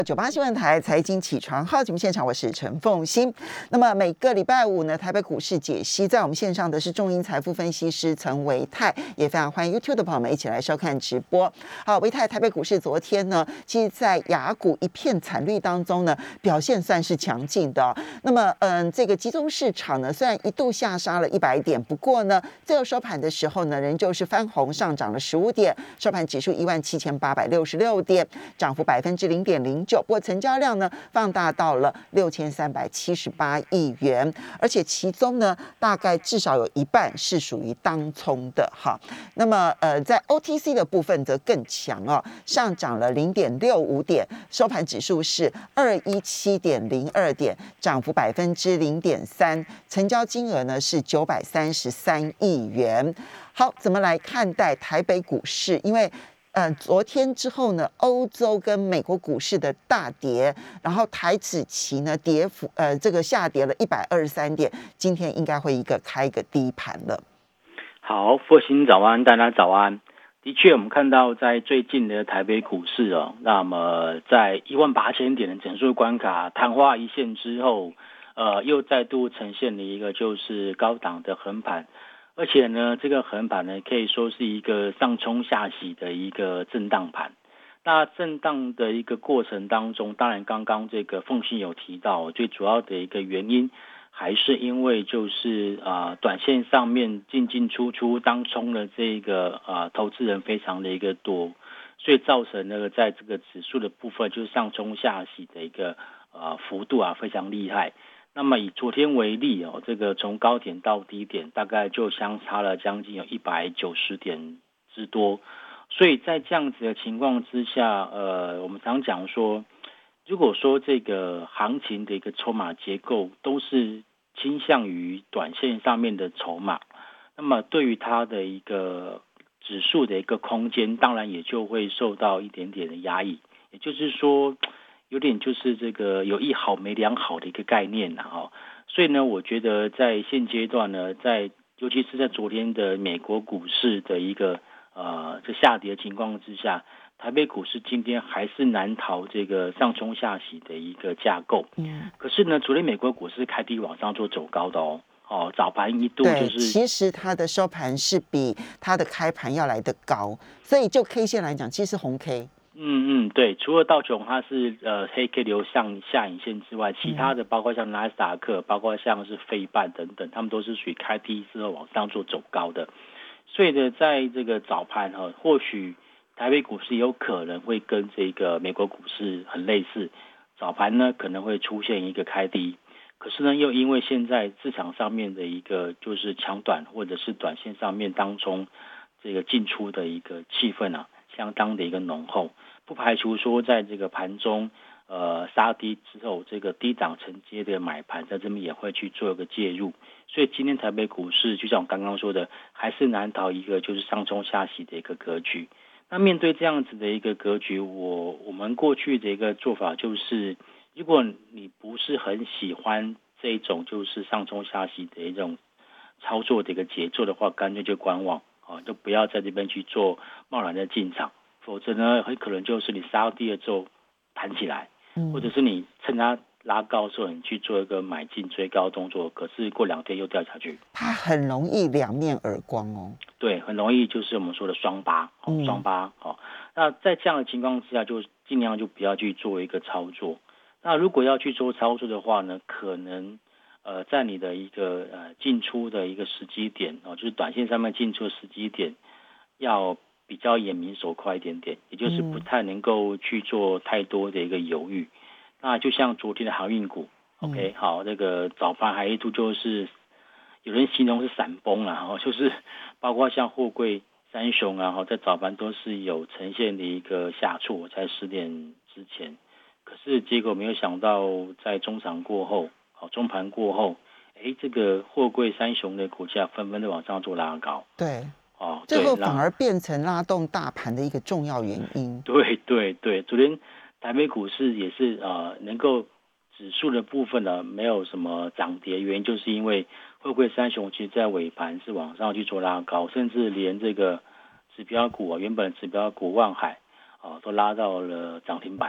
98新闻台财经起床号节目现场，我是陈凤馨。那么每个礼拜五呢，台北股市解析，在我们线上的是众银财富分析师陈维泰，也非常欢迎 YouTube 的朋友们一起来收看直播。好，维泰，台北股市昨天呢，其实在亚股一片惨绿当中呢，表现算是强劲的。那么这个集中市场呢，虽然一度下杀了100点，不过呢，最后收盘的时候呢，仍旧是翻红上涨了15点，收盘指数17866点，涨幅0.09%。不过成交量呢放大到了6378亿元，而且其中呢大概至少有一半是属于当冲的哈。那么在 OTC 的部分则更强哦，上涨了0.65点，收盘指数是217.02点，涨幅0.3%，成交金额呢是933亿元。好，怎么来看待台北股市？因为昨天之后呢，欧洲跟美国股市的大跌，然后台指期呢跌幅这个下跌了123点，今天应该会开一个低盘了。 好，父亲早安，大家早安。的确，我们看到在最近的台北股市哦，那么在18000点的整数关卡昙花一现之后，又再度呈现了一个就是高档的横盘。而且呢，这个横盘呢，可以说是一个上冲下洗的一个震荡盘。那震荡的一个过程当中，当然刚刚这个凤馨有提到，最主要的一个原因还是因为就是短线上面进进出出当冲的这个投资人非常的一个多，所以造成那个在这个指数的部分就是上冲下洗的一个幅度非常厉害。那么以昨天为例哦，这个从高点到低点大概就相差了将近有190点之多，所以在这样子的情况之下，我们常讲说，如果说这个行情的一个筹码结构都是倾向于短线上面的筹码，那么对于它的一个指数的一个空间，当然也就会受到一点点的压抑，也就是说。有点就是这个有一好没两好的一个概念所以呢，我觉得在现阶段呢，尤其是在昨天的美国股市的一个这下跌情况之下，台北股市今天还是难逃这个上冲下洗的一个架构。可是呢，昨天美国股市开低往上做走高的早盘一度就是， 其实它的收盘是比它的开盘要来得高，所以就 K 线来讲，其实是红 K。 对，除了道琼它是黑 K 流向下影线之外，其他的包括像纳斯达克，包括像是费半等等，他们都是属于开低之后往上做走高的。所以呢，在这个早盘或许台北股市有可能会跟这个美国股市很类似，早盘呢可能会出现一个开低，可是呢又因为现在市场上面的一个就是抢短或者是短线上面当中这个进出的一个气氛相当的一个浓厚。不排除说在这个盘中杀低之后，这个低档承接的买盘在这边也会去做一个介入，所以今天台北股市就像我刚刚说的，还是难逃一个就是上冲下洗的一个格局。那面对这样子的一个格局，我们过去的一个做法就是，如果你不是很喜欢这种就是上冲下洗的一种操作的一个节奏的话，干脆就观望就不要在这边去做贸然的进场。否则呢，很可能就是你杀到低了之后弹起来，或者是你趁它拉高的时候，你去做一个买进追高动作，可是过2天又掉下去。 它很容易两面耳光哦。 对，很容易就是我们说的双八，双八。那在这样的情况之下，就尽量就不要去做一个操作。那如果要去做操作的话呢，可能在你的一个进出的一个时机点就是短线上面进出的时机点要比较眼明手快一点点，也就是不太能够去做太多的一个犹豫。那就像昨天的航运股，OK， 好，这个早盘还一度就是有人形容是闪崩就是包括像货柜三雄在早盘都是有呈现的一个下挫，在10点之前。可是结果没有想到，在中场过后，中盘过后，这个货柜三雄的股价纷纷的往上做拉高。 对。最后反而变成拉动大盘的一个重要原因。 对，昨天台北股市也是能够指数的部分呢没有什么涨跌，原因就是因为货柜三雄其实在尾盘是往上去做拉高，甚至连这个指标股原本指标股万海都拉到了涨停板。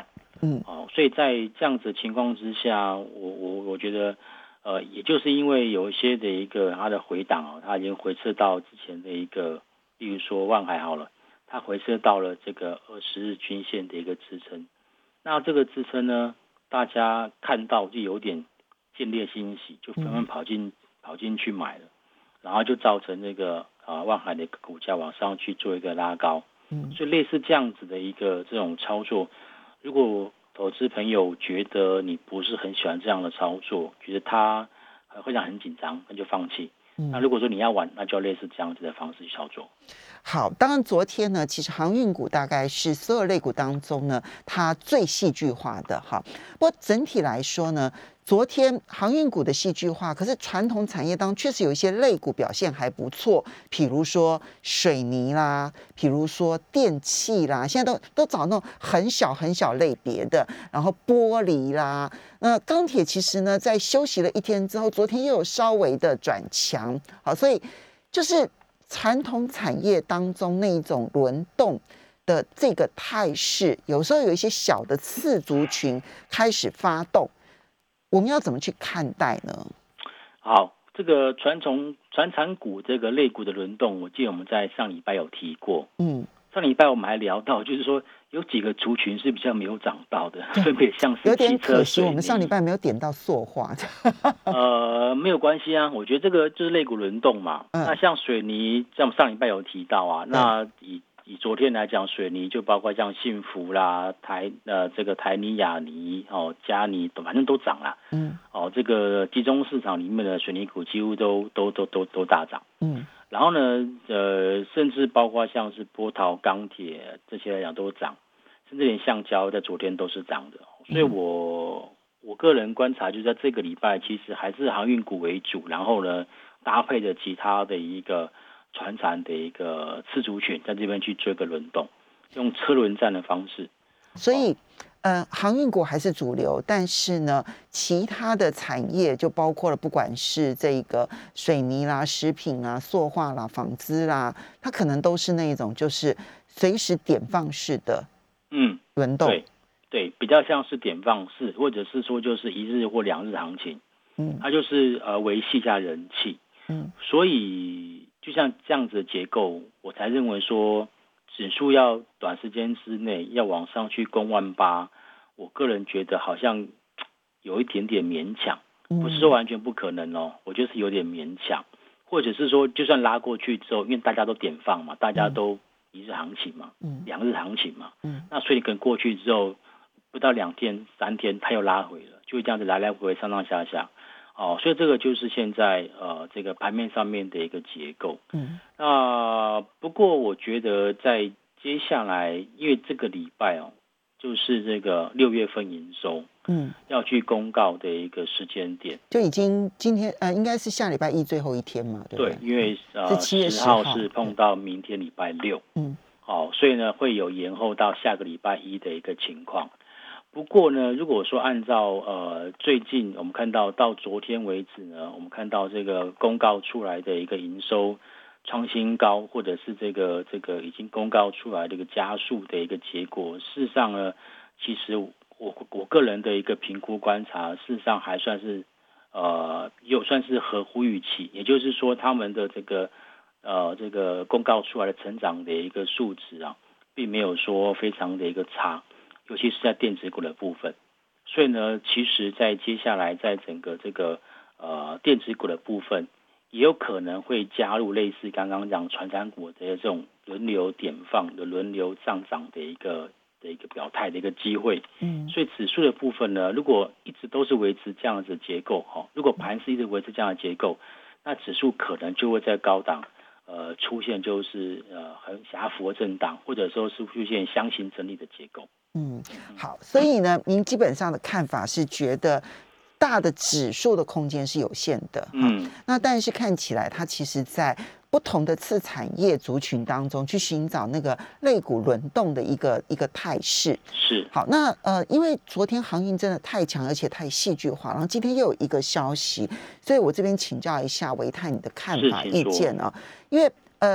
所以在这样子的情况之下，我觉得也就是因为有一些的一个它的回档它已经回撤到之前的一个，例如说万海好了，它回撤到了这个20日均线的一个支撑。那这个支撑呢，大家看到就有点见猎欣喜，就纷纷跑进去买了，然后就造成那个万海的股价往上去做一个拉高。所以类似这样子的一个这种操作，如果投资朋友觉得你不是很喜欢这样的操作，觉得它会让很紧张，那就放弃。那如果说你要玩，那就类似这样子的方式去操作。 好，当然昨天呢，其实航运股大概是所有类股当中呢，它最戏剧化的哈。不过整体来说呢，昨天航运股的戏剧化，可是传统产业当中确实有一些类股表现还不错，比如说水泥啦，比如说电器啦，现在都找那种很小很小类别的，然后玻璃啦，那钢铁其实呢，在休息了一天之后，昨天又有稍微的转强，好，所以就是传统产业当中那一种轮动的这个态势，有时候有一些小的次族群开始发动，我们要怎么去看待呢？ 好，这个传产股这个类股的轮动，我记得我们在上礼拜有提过。上礼拜我们还聊到，就是说有几个族群是比较没有涨到的，分别像是有点汽车、 可惜，我们上礼拜没有点到塑化。 没有关系啊，我觉得这个就是类股轮动嘛。那像水泥，像我们上礼拜有提到啊，那以昨天来讲，水泥就包括像幸福啦、这个台泥、亚泥、嘉泥，反正都涨啦。这个集中市场里面的水泥股几乎都大涨。然后呢，甚至包括像是波涛、钢铁这些来讲都涨，甚至连橡胶在昨天都是涨的。所以我个人观察，就在这个礼拜，其实还是航运股为主，然后呢，搭配着其他的一个传产的一个次族群，在这边去做一个轮动，用车轮战的方式。 所以，航运股还是主流，但是呢，其他的产业就包括了，不管是这个水泥啦、食品啦、塑化啦、纺织啦，它可能都是那一种就是随时点放式的轮动。 对，比较像是点放式，或者是说就是1日或2日行情。它就是维系一下人气。所以就像这样子的结构，我才认为说指数要短时间之内要往上去攻18000，我个人觉得好像有一点点勉强，不是说完全不可能哦，我觉得是有点勉强，或者是说就算拉过去之后，因为大家都点放嘛，大家都1日行情嘛，2日行情嘛，那所以可能过去之后不到2天3天，它又拉回了，就会这样子来来回回上上下下。所以这个就是现在这个盘面上面的一个结构。那不过我觉得在接下来，因为这个礼拜就是这个6月份营收，要去公告的一个时间点， 就已经今天应该是下礼拜1最后一天嘛，对不对？ 对，因为是7月10 号是碰到明天礼拜6，所以呢会有延后到下个礼拜1的一个情况。不过呢，如果说按照最近我们看到昨天为止呢，我们看到这个公告出来的一个营收创新高，或者是这个已经公告出来的一个加速的一个结果，事实上呢，其实我个人的一个评估观察，事实上还算是又算是合乎预期，也就是说他们的这个公告出来的成长的一个数值啊，并没有说非常的一个差。尤其是在电子股的部分，所以呢，其实在接下来在整个这个电子股的部分，也有可能会加入类似刚刚讲传产股的这种轮流点放的轮流上涨的一个表态的一个机会。所以指数的部分呢，如果一直都是维持这样子的结构如果盘势一直维持这样的结构，那指数可能就会在高档出现就是很狭幅的震荡，或者说是出现箱型整理的结构。 好，所以呢，您基本上的看法是觉得大的指数的空间是有限的，那但是看起来它其实在不同的次产业族群当中去寻找那个类股轮动的一个态势。 是。 好，那因为昨天航运真的太强，而且太戏剧化，然后今天又有一个消息，所以我这边请教一下唯泰你的看法意见啊，因为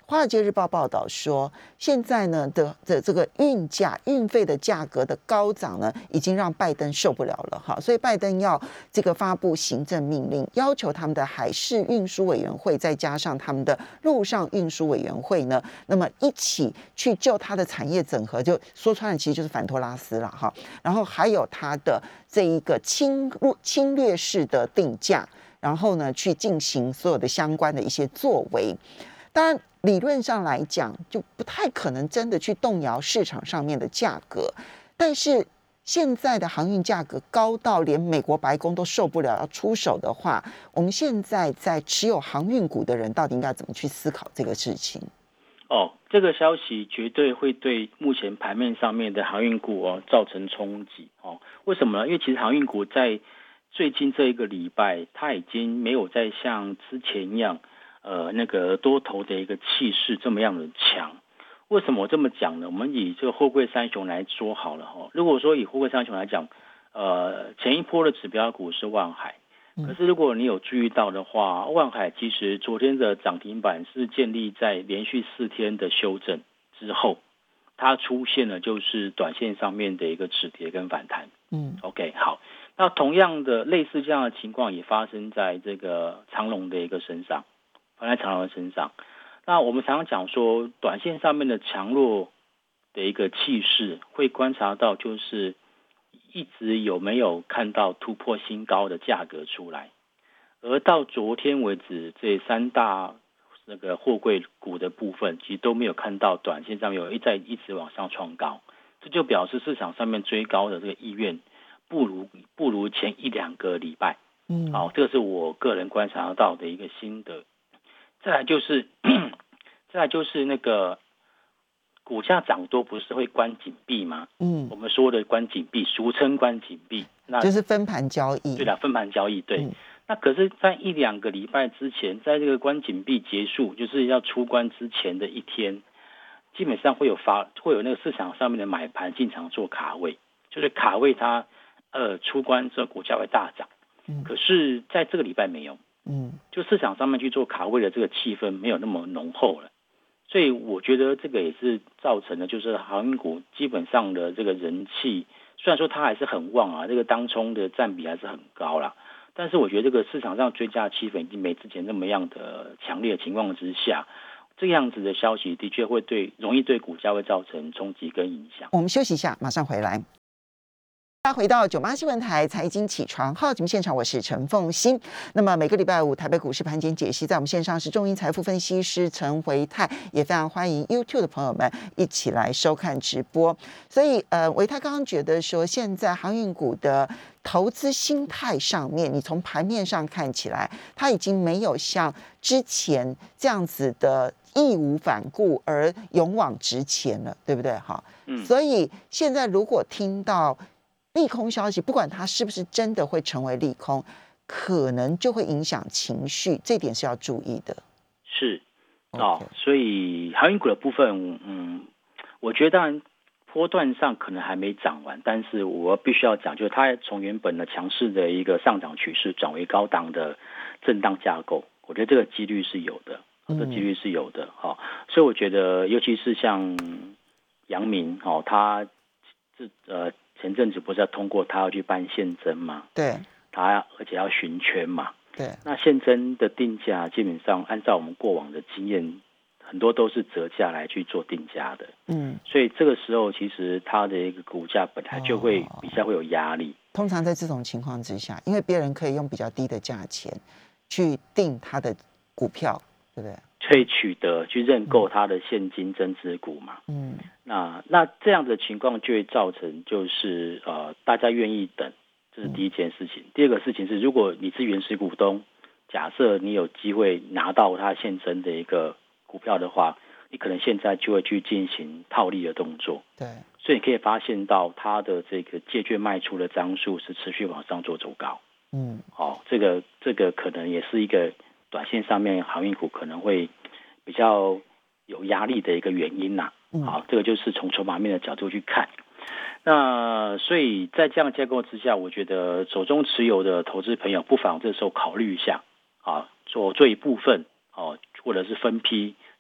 华尔街日报报道说，现在呢的这个运费的价格的高涨呢，已经让拜登受不了了哈，所以拜登要这个发布行政命令，要求他们的海事运输委员会再加上他们的陆上运输委员会呢，那么一起去就它的产业整合，就说穿了其实就是反托拉斯了哈，然后还有它的这一个侵略式的定价，然后呢去进行所有的相关的一些作为。当然，理论上来讲，就不太可能真的去动摇市场上面的价格。但是现在的航运价格高到连美国白宫都受不了，要出手的话，我们现在在持有航运股的人，到底应该怎么去思考这个事情？ 这个消息绝对会对目前盘面上面的航运股造成冲击为什么呢？因为其实航运股在最近这一个礼拜，它已经没有再像之前一样。那个多头的一个气势这么样的强，为什么我这么讲呢？我们以这个货柜三雄来说好了如果说以货柜三雄来讲，前一波的指标股是万海，可是如果你有注意到的话，万海其实昨天的涨停板是建立在连续4天的修正之后，它出现了就是短线上面的一个止跌跟反弹。OK 好，那同样的类似这样的情况也发生在这个长荣的一个身上。放在长荣身上，那我们常常讲说，短线上面的强弱的一个气势，会观察到就是一直有没有看到突破新高的价格出来，而到昨天为止，这3大那个货柜股的部分，其实都没有看到短线上面一直往上创高，这就表示市场上面追高的这个意愿不如前1-2个礼拜。好，这个是我个人观察到的一个心得。再来就是那个股价涨多不是会关紧闭吗？我们说的关紧闭，俗称关紧闭，那就是分盘交易。 对啦，分盘交易对。那可是，在1-2个礼拜之前，在这个关紧闭结束，就是要出关之前的一天，基本上会有那个市场上面的买盘进场做卡位，就是卡位它出关之后股价会大涨。可是在这个礼拜没有。就市场上面去做卡位的这个气氛没有那么浓厚了，所以我觉得这个也是造成的，就是航运股基本上的这个人气，虽然说它还是很旺啊，这个当冲的占比还是很高啦，但是我觉得这个市场上追加气氛已经没之前那么样的强烈的情况之下，这样子的消息的确会容易对股价会造成冲击跟影响。 我们休息一下，马上回来。大家回到98新闻台财经起床号节目现场，我是陈凤馨。那么每个礼拜五台北股市盘前解析，在我们线上是中银财富分析师陈维泰，也非常欢迎 YouTube 的朋友们一起来收看直播。所以维泰刚刚觉得说，现在航运股的投资心态上面，你从盘面上看起来，它已经没有像之前这样子的义无反顾而勇往直前了，对不对？哈，所以现在如果听到利空消息，不管它是不是真的会成为利空，可能就会影响情绪，这点是要注意的。 是所以航运股的部分，我觉得当然波段上可能还没涨完，但是我必须要讲，就是它从原本的强势的一个上涨趋势转为高档的震荡架构，我觉得这个几率是有的，所以我觉得尤其是像阳明它前阵子不是要通过他要去办现增嘛？ 对， 而且要巡圈嘛？ 对。 那现增的定价基本上按照我们过往的经验，很多都是折价来去做定价的。所以这个时候其实它的一个股价本来就会比较会有压力。 通常在这种情况之下，因为别人可以用比较低的价钱去定他的股票，对不对？ 可以去认购它的现金增资股嘛？那这样的情况就会造成就是大家愿意等，这是第一件事情。第二个事情是，如果你是原始股东，假设你有机会拿到它现增的一个股票的话，你可能现在就会去进行套利的动作。 对， 所以你可以发现到它的这个借券卖出的张数是持续往上做走高。这个可能也是一个短线上面航运股可能会比较有压力的一个原因呐。这个就是从筹码面的角度去看。那所以在这样的架构之下，我觉得手中持有的投资朋友不妨这时候考虑一下做一部分或者是分批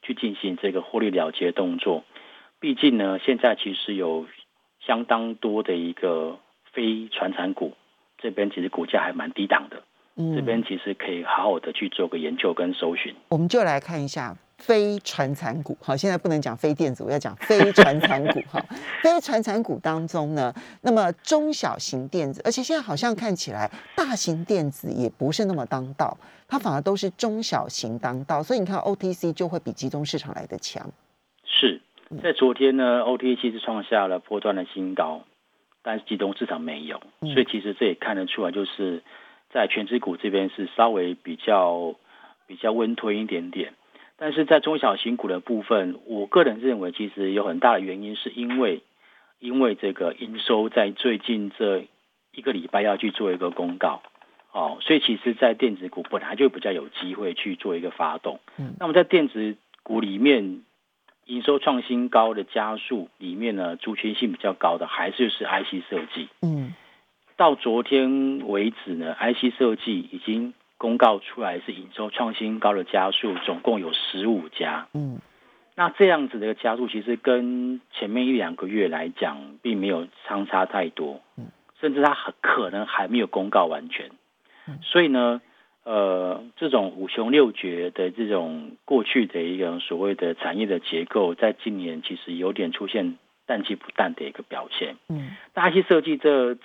去进行这个获利了结动作。毕竟呢，现在其实有相当多的一个非传产股，这边其实股价还蛮低档的。这边其实可以好好的去做个研究跟搜寻。 我们就来看一下非传产股，好，现在不能讲非电子，我要讲非传产股哈。非传产股当中呢，那么中小型电子，而且现在好像看起来大型电子也不是那么当道，它反而都是中小型当道，所以你看 OTC 就会比集中市场来的强。 是在昨天呢 ，OTC 是创下了波段的新高，但是集中市场没有，所以其实这也看得出来，就是在全指股这边是稍微比较温吞一点点。但是在中小型股的部分，我个人认为其实有很大的原因是因为这个营收在最近这一个礼拜要去做一个公告，所以其实在电子股本来就比较有机会去做一个发动。那么在电子股里面，营收创新高的家数里面呢，族群性比较高的还是IC 设计。到昨天为止呢 ，IC 设计已经公告出来是营收创新高的家数，总共有15家。那这样子的一个家数，其实跟前面1-2个月来讲，并没有相差太多，甚至它可能还没有公告完全。所以呢，这种五雄六绝的这种过去的一个所谓的产业的结构，在今年其实有点出现淡季不淡的一个表现。那 IC 设计这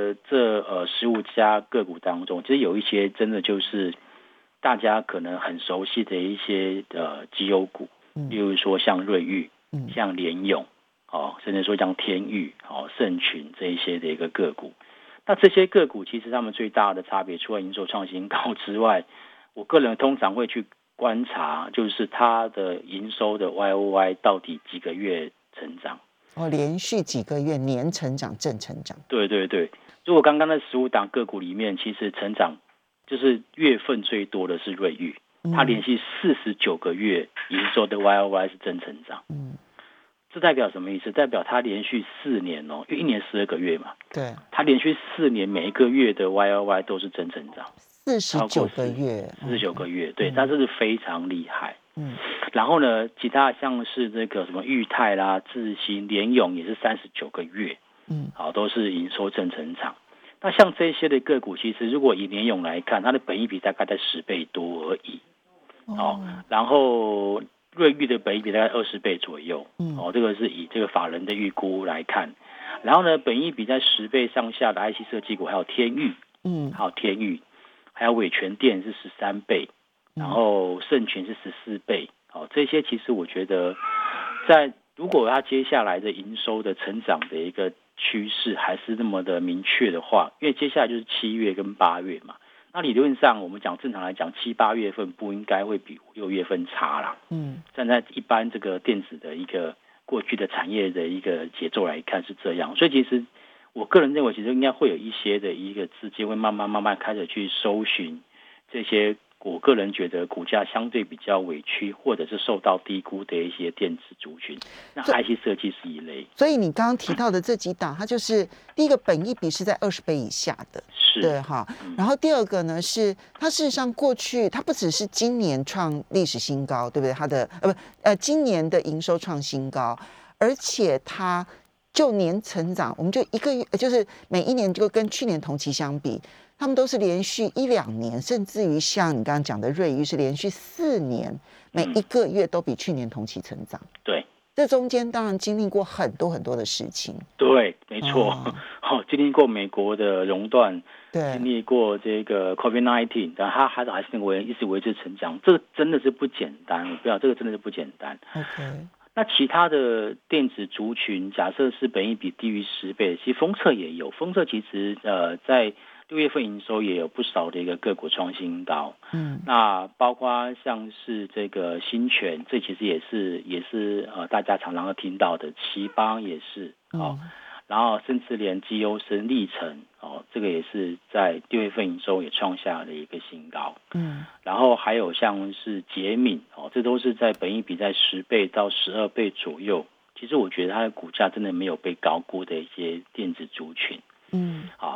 15家个股当中，其实有一些真的就是大家可能很熟悉的一些绩优股，例如说像瑞昱、像联咏，甚至说像天钰、盛群这一些的一个个股。那这些个股其实他们最大的差别，除了营收创新高之外，我个人通常会去观察，就是它的营收的 YOY 到底几个月成长。 连续几个月年成长正成长。 对对对，如果刚刚的15档个股里面，其实成长就是月份最多的是瑞昱，它连续49个月营收的 YOY 是正成长。这代表什么意思？代表它连续4年因为1年12个月嘛， 对， 它连续4年每一个月的 YOY 都是正成长 ，49个月 ，49个月，对，它这是非常厉害。然后呢，其他像是这个什么裕泰啦、智新、联咏也是39个月，都是营收正成长。那像这些的个股，其实如果以联咏来看，它的本益比大概在10倍多而已，然后瑞昱的本益比大概20倍左右，这个是以这个法人的预估来看。然后呢，本益比在10倍上下的 IC 设计股，还有天钰，还有伟全电是13倍，然后盛群是14倍，这些其实我觉得，在如果它接下来的营收的成长的一个趋势还是那么的明确的话，因为接下来就是7月跟8月嘛。那理论上，我们讲正常来讲，7、8月份不应该会比5、6月份差啦。站在一般这个电子的一个过去的产业的一个节奏来看是这样，所以其实我个人认为，其实应该会有一些的一个资金会慢慢开始去搜寻这些。我个人觉得股价相对比较委屈，或者是受到低估的一些电子族群，那 IC 设计是一类。 所以你刚刚提到的这几档，它就是第一个本益比是在20倍以下的， 是对哈。然后第二个呢是，它事实上过去它不只是今年创历史新高，对不对？它的今年的营收创新高，而且它就年成长，我们就一个月就是每一年就跟去年同期相比。他们都是连续1-2年，甚至于像你刚刚讲的瑞昱是连续4年，每一个月都比去年同期成长。 对， 这中间当然经历过很多很多的事情。 对，没错，经历过美国的熔断， 对， 经历过这个 COVID-19， 但它还是一直维持成长，这个真的是不简单。不要，这个真的是不简单。 OK。 那其他的电子族群，假设是本益比低于10倍，其实封测也有，封测其实在6月份营收也有不少的一个个股创新高，那包括像是这个新权，这其实也是大家常常会听到的，奇邦也是，然后甚至连绩优生历程，这个也是在6月份营收也创下了一个新高，然后还有像是捷敏，这都是在本益比在10倍到12倍左右，其实我觉得它的股价真的没有被高估的一些电子族群，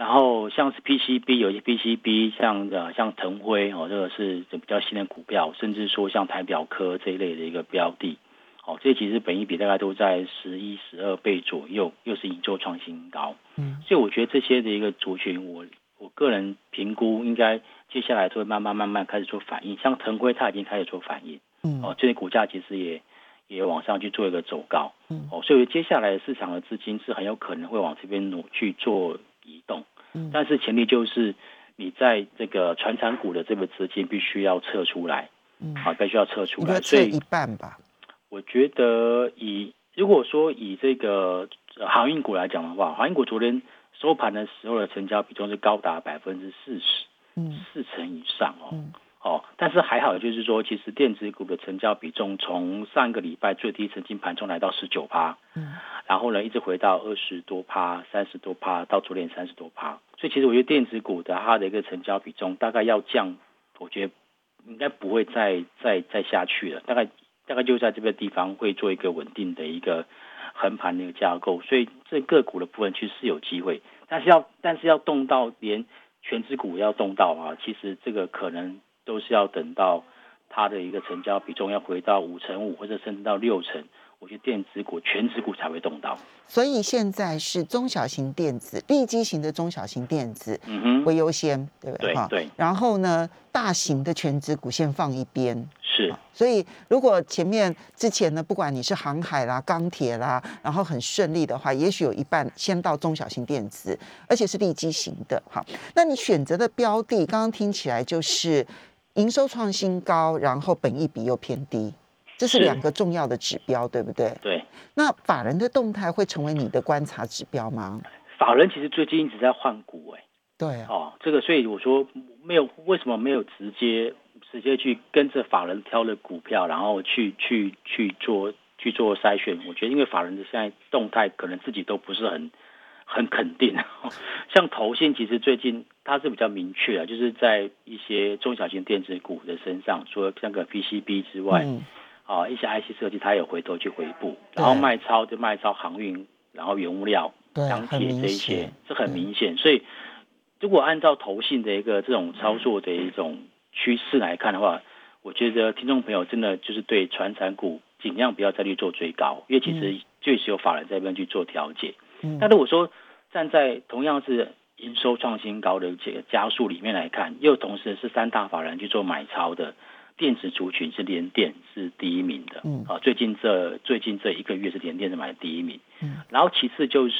然后像是 PCB 有一些 PCB 像腾辉这个是比较新的股票，甚至说像台表科这一类的一个标的，这其实本益比大概都在11、12倍左右，又是营收创新高。所以我觉得这些的一个族群，我个人评估应该接下来都会慢慢开始做反应。像腾辉它已经开始做反应，最近股价其实也往上去做一个走高，所以接下来市场的资金是很有可能会往这边去做移动，但是前提就是你在这个传产股的这个资金必须要撤出来，必须要撤出来， 所以一半吧。 我觉得如果说以这个航运股来讲的话，航运股昨天收盘的时候的成交比重是高达40%，四成以上但是还好，就是说，其实电子股的成交比重从上个礼拜最低曾经盘中来到19%，然后呢一直回到20多%、30多%，到昨天30多%。所以其实我觉得电子股的它的一个成交比重大概要降，我觉得应该不会再下去了，大概就在这个地方会做一个稳定的一个横盘的一个架构，所以这个股的部分其实是有机会，但是要动到连全指股要动到其实这个可能都是要等到它的一个成交比重要回到5%或者甚至到6%，我觉得电子股全指股才会动到。 所以现在是中小型电子、利基型的中小型电子为优先，对不对？ 对。 然后呢，大型的全指股先放一边。 是。 所以如果之前呢，不管你是航海啦、钢铁啦，然后很顺利的话，也许有一半先到中小型电子，而且是利基型的。好，那你选择的标的，刚刚听起来就是营收创新高，然后本益比又偏低。这是2个重要的指标，对不对？ 对。 那法人的动态会成为你的观察指标吗？ 法人其实最近一直在换股， 对这个所以我说为什么没有直接去跟着法人挑了股票，然后去做筛选？我觉得因为法人的现在动态可能自己都不是很肯定，像投信其实最近它是比较明确的，就是在一些中小型电子股的身上，除了像个 PCB 之外。一些 IC 设计它有回头去回补，然后卖超航运，然后原物料、钢铁这一些，这很明显。所以如果按照投信的一个这种操作的一种趋势来看的话，我觉得听众朋友真的就是对传产股尽量不要再去做追高，因为其实就是有法人在这边去做调节。但如果说站在同样是营收创新高的这个加速里面来看，又同时是3大法人去做买超的。电子族群是联电是第一名的，最近这1个月是联电是买第一名，然后其次就是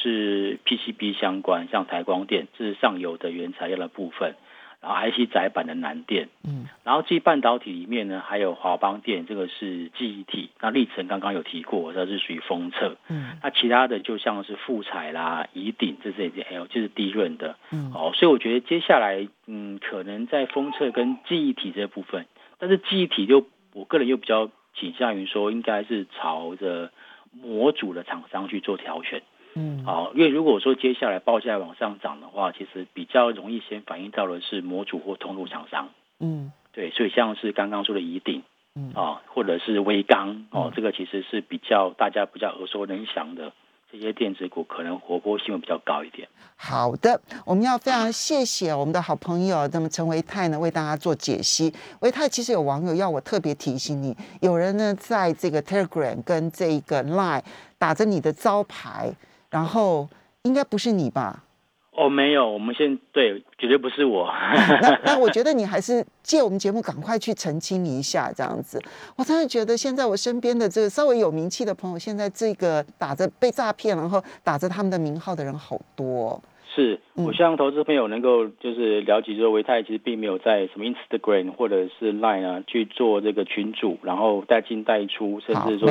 PCB 相关，像台光电这是上游的原材料的部分，然后 IC 载板的南电，然后继半导体里面呢，还有华邦电，这个是记忆体，那力成刚刚有提过，这是属于封测，那其他的就像是富彩啦、宜鼎这些，还有就是低润的，所以我觉得接下来可能在封测跟记忆体这部分。但是记忆体我个人又比较倾向于说，应该是朝着模组的厂商去做挑选，因为如果说接下来报价往上涨的话，其实比较容易先反映到的是模组或通路厂商，对，所以像是刚刚说的宜鼎，或者是威刚，这个其实是大家比较耳熟能详的。这些电子股可能活泼性会比较高一点。 好的，我们要非常谢谢我们的好朋友，那么陈维泰呢为大家做解析。维泰，其实有网友要我特别提醒你，有人呢在这个 Telegram 跟这个 Line 打着你的招牌，然后应该不是你吧？ 没有，我们对，绝对不是我。 那我觉得你还是借我们节目赶快去澄清一下，这样子。我真的觉得现在我身边的这个稍微有名气的朋友，现在这个打着被诈骗，然后打着他们的名号的人好多。 是，我希望投资朋友能够就是了解，说维泰其实并没有在什么 Instagram 或者是 Line 去做这个群组，然后带进带出，甚至说。